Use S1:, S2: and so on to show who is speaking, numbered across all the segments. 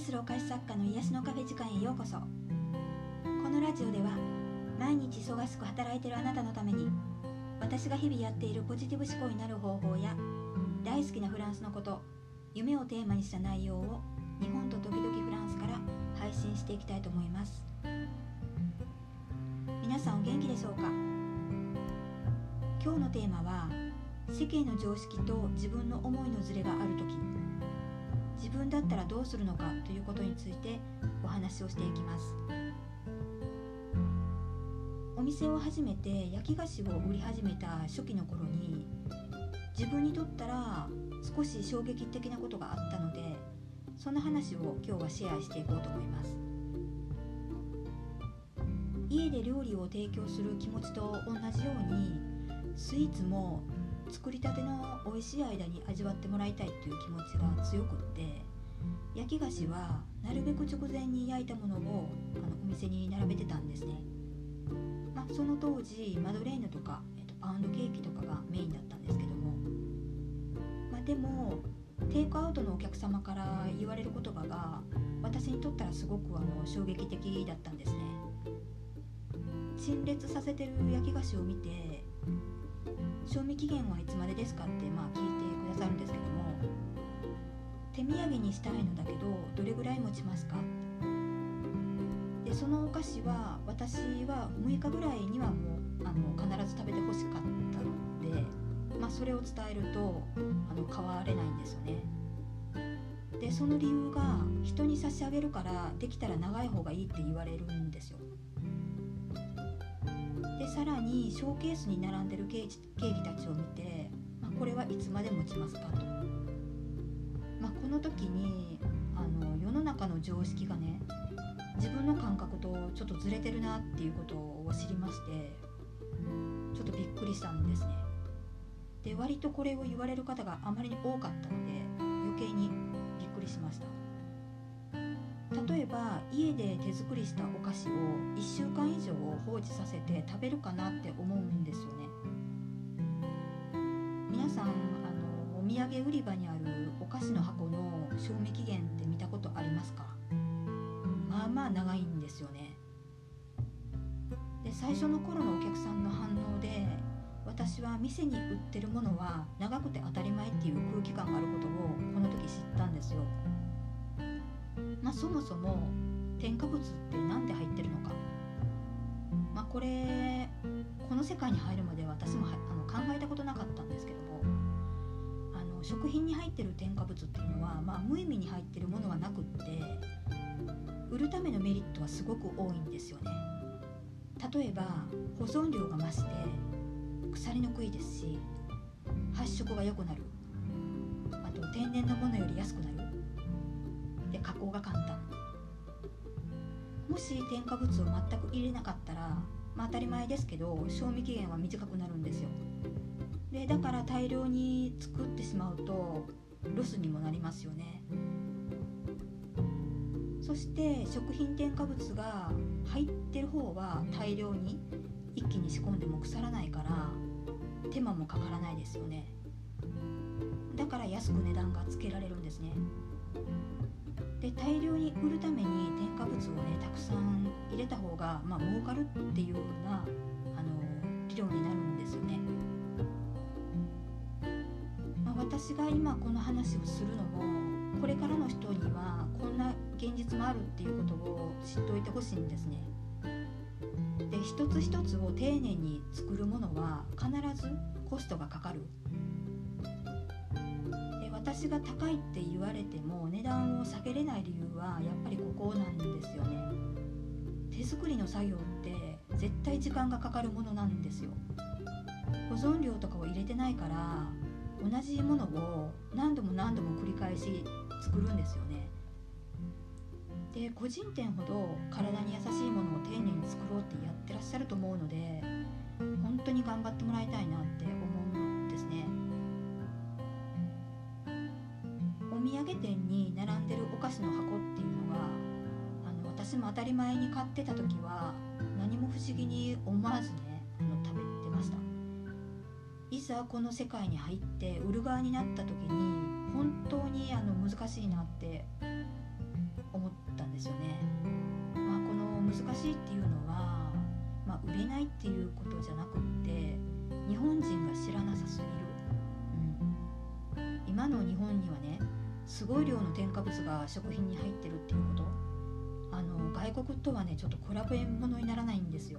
S1: するお菓子作家の癒しのカフェ時間へようこそ。このラジオでは毎日忙しく働いているあなたのために、私が日々やっているポジティブ思考になる方法や大好きなフランスのこと、夢をテーマにした内容を日本と時々フランスから配信していきたいと思います。皆さんお元気でしょうか。今日のテーマは、世間の常識と自分の思いのズレがあるとき、自分だったらどうするのかということについてお話をしていきます。お店を始めて焼き菓子を売り始めた初期の頃に、自分にとったら少し衝撃的なことがあったので、その話を今日はシェアしていこうと思います。家で料理を提供する気持ちと同じように、スイーツも作りたての美味しい間に味わってもらいたいという気持ちが強くって、焼き菓子はなるべく直前に焼いたものをお店に並べてたんですね。その当時マドレーヌとか、パウンドケーキとかがメインだったんですけども、でもテイクアウトのお客様から言われる言葉が私にとったらすごく衝撃的だったんですね。陳列させてる焼き菓子を見て、賞味期限はいつまでですかって聞いてくださるんですけども、手土産にしたいのだけどどれぐらい持ちますか。でそのお菓子は私は6日ぐらいにはもう必ず食べてほしかったので、それを伝えると買われないんですよね。でその理由が、人に差し上げるからできたら長い方がいいって言われるんですよ。でさらにショーケースに並んでるケーキたちを見て、これはいつまで持ちますかと。この時に世の中の常識がね、自分の感覚とちょっとずれてるなっていうことを知りまして、ちょっとびっくりしたんですね。で割とこれを言われる方があまりに多かったので、余計にびっくりしました。例えば家で手作りしたお菓子を1週間以上放置させて食べるかなって思うんですよね。皆さんお土産売り場にあるお菓子の箱の賞味期限って見たことありますか。長いんですよね。で最初の頃のお客さんの反応で、私は店に売ってるものは長くて当たり前っていう空気感があることをこの時知ったんですよ。そもそも添加物って何で入ってるのか、この世界に入るまで私も考えたことなかったんですけども、食品に入ってる添加物っていうのは、無意味に入ってるものはなくって、売るためのメリットはすごく多いんですよね。例えば保存量が増して腐りにくいですし、発色が良くなる、あと天然のものより安くなる、で加工が簡単。もし添加物を全く入れなかったら、当たり前ですけど賞味期限は短くなるんですよ。でだから大量に作ってしまうとロスにもなりますよね。そして食品添加物が入ってる方は大量に一気に仕込んでも腐らないから、手間もかからないですよね。だから安く値段がつけられるんですね。で大量に売るために添加物をたくさん入れた方が儲かるっていうような理論になるんですよね。私が今この話をするのも、これからの人にはこんな現実もあるっていうことを知っておいてほしいんですね。で一つ一つを丁寧に作るものは必ずコストがかかる。で私が高いって言われても値段を下げれない理由はやっぱりここなんですよね。手作りの作業って絶対時間がかかるものなんですよ。保存料とかを入れてないから、同じものを何度も繰り返し作るんですよね。で個人店ほど体に優しいものを丁寧に作ろうってやってらっしゃると思うので、本当に頑張ってもらいたいなって思うんですね。お土産店に並んでるお菓子の箱っていうのが、私も当たり前に買ってた時は何も不思議に思わずね食べてました。いざこの世界に入って売る側になった時に、本当に難しいなって思ですよね。この難しいっていうのは、売れないっていうことじゃなくって、日本人が知らなさすぎる、今の日本にはね、すごい量の添加物が食品に入ってるっていうこと、外国とはねちょっと比べ物にならないんですよ。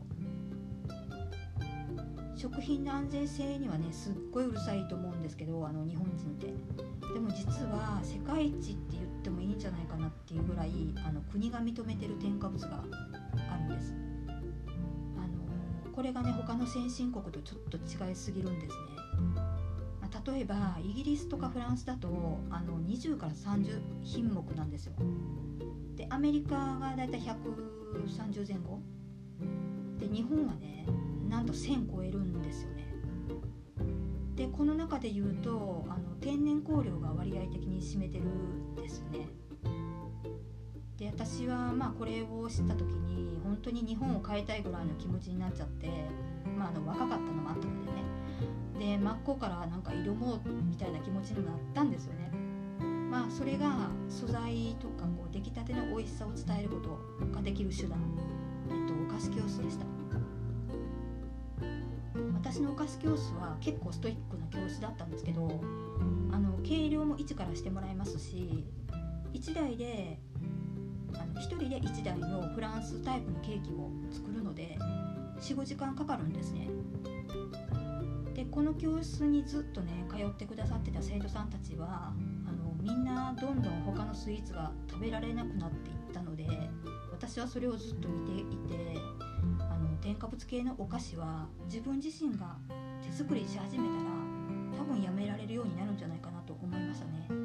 S1: 食品の安全性にはねすっごいうるさいと思うんですけど、日本人って。でも実は世界一って言ってもいいんじゃないかなっていうぐらい国が認めてる添加物があるんです。これがね他の先進国とちょっと違いすぎるんですね。例えばイギリスとかフランスだと20から30品目なんですよ。でアメリカがだいたい130前後で、日本はねなんと1000超えるんですよね。でこの中で言うと天然香料が割合的に占めてるんですよね。で私はこれを知った時に本当に日本を変えたいぐらいの気持ちになっちゃって、若かったのもあったのでね、で真っ向からなんか挑もうみたいな気持ちにもなったんですよね。それが素材とか出来たての美味しさを伝えることができる手段、お菓子教室でした。私のお菓子教室は結構ストイックな教室だったんですけど、計量も一からしてもらえますし、1人で1台のフランスタイプのケーキを作るので 4,5 時間かかるんですね。でこの教室にずっとね通ってくださってた生徒さんたちはみんなどんどん他のスイーツが食べられなくなっていったので、私はそれをずっと見ていて、添加物系のお菓子は自分自身が手作りし始めたら多分やめられるようになるんじゃないかなと思いましたね。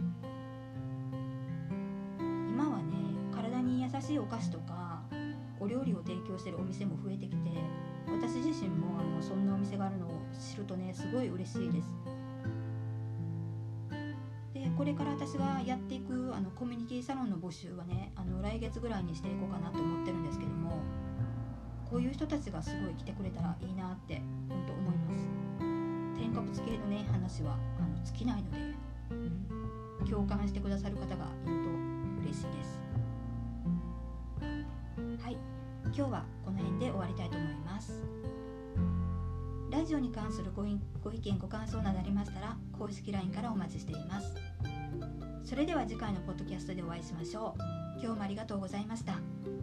S1: 今はね体に優しいお菓子とかお料理を提供しているお店も増えてきて、私自身もそんなお店があるのを知るとねすごい嬉しいです。でこれから私がやっていくコミュニティサロンの募集はね来月ぐらいにしていこうかなと思ってるんですけども、こういう人たちがすごい来てくれたらいいなって本当思います。添加物系のね話は尽きないので、共感してくださる方がいると嬉しいです。はい、今日はこの辺で終わりたいと思います。ラジオに関するご意見ご感想などありましたら公式 LINE からお待ちしています。それでは次回のポッドキャストでお会いしましょう。今日もありがとうございました。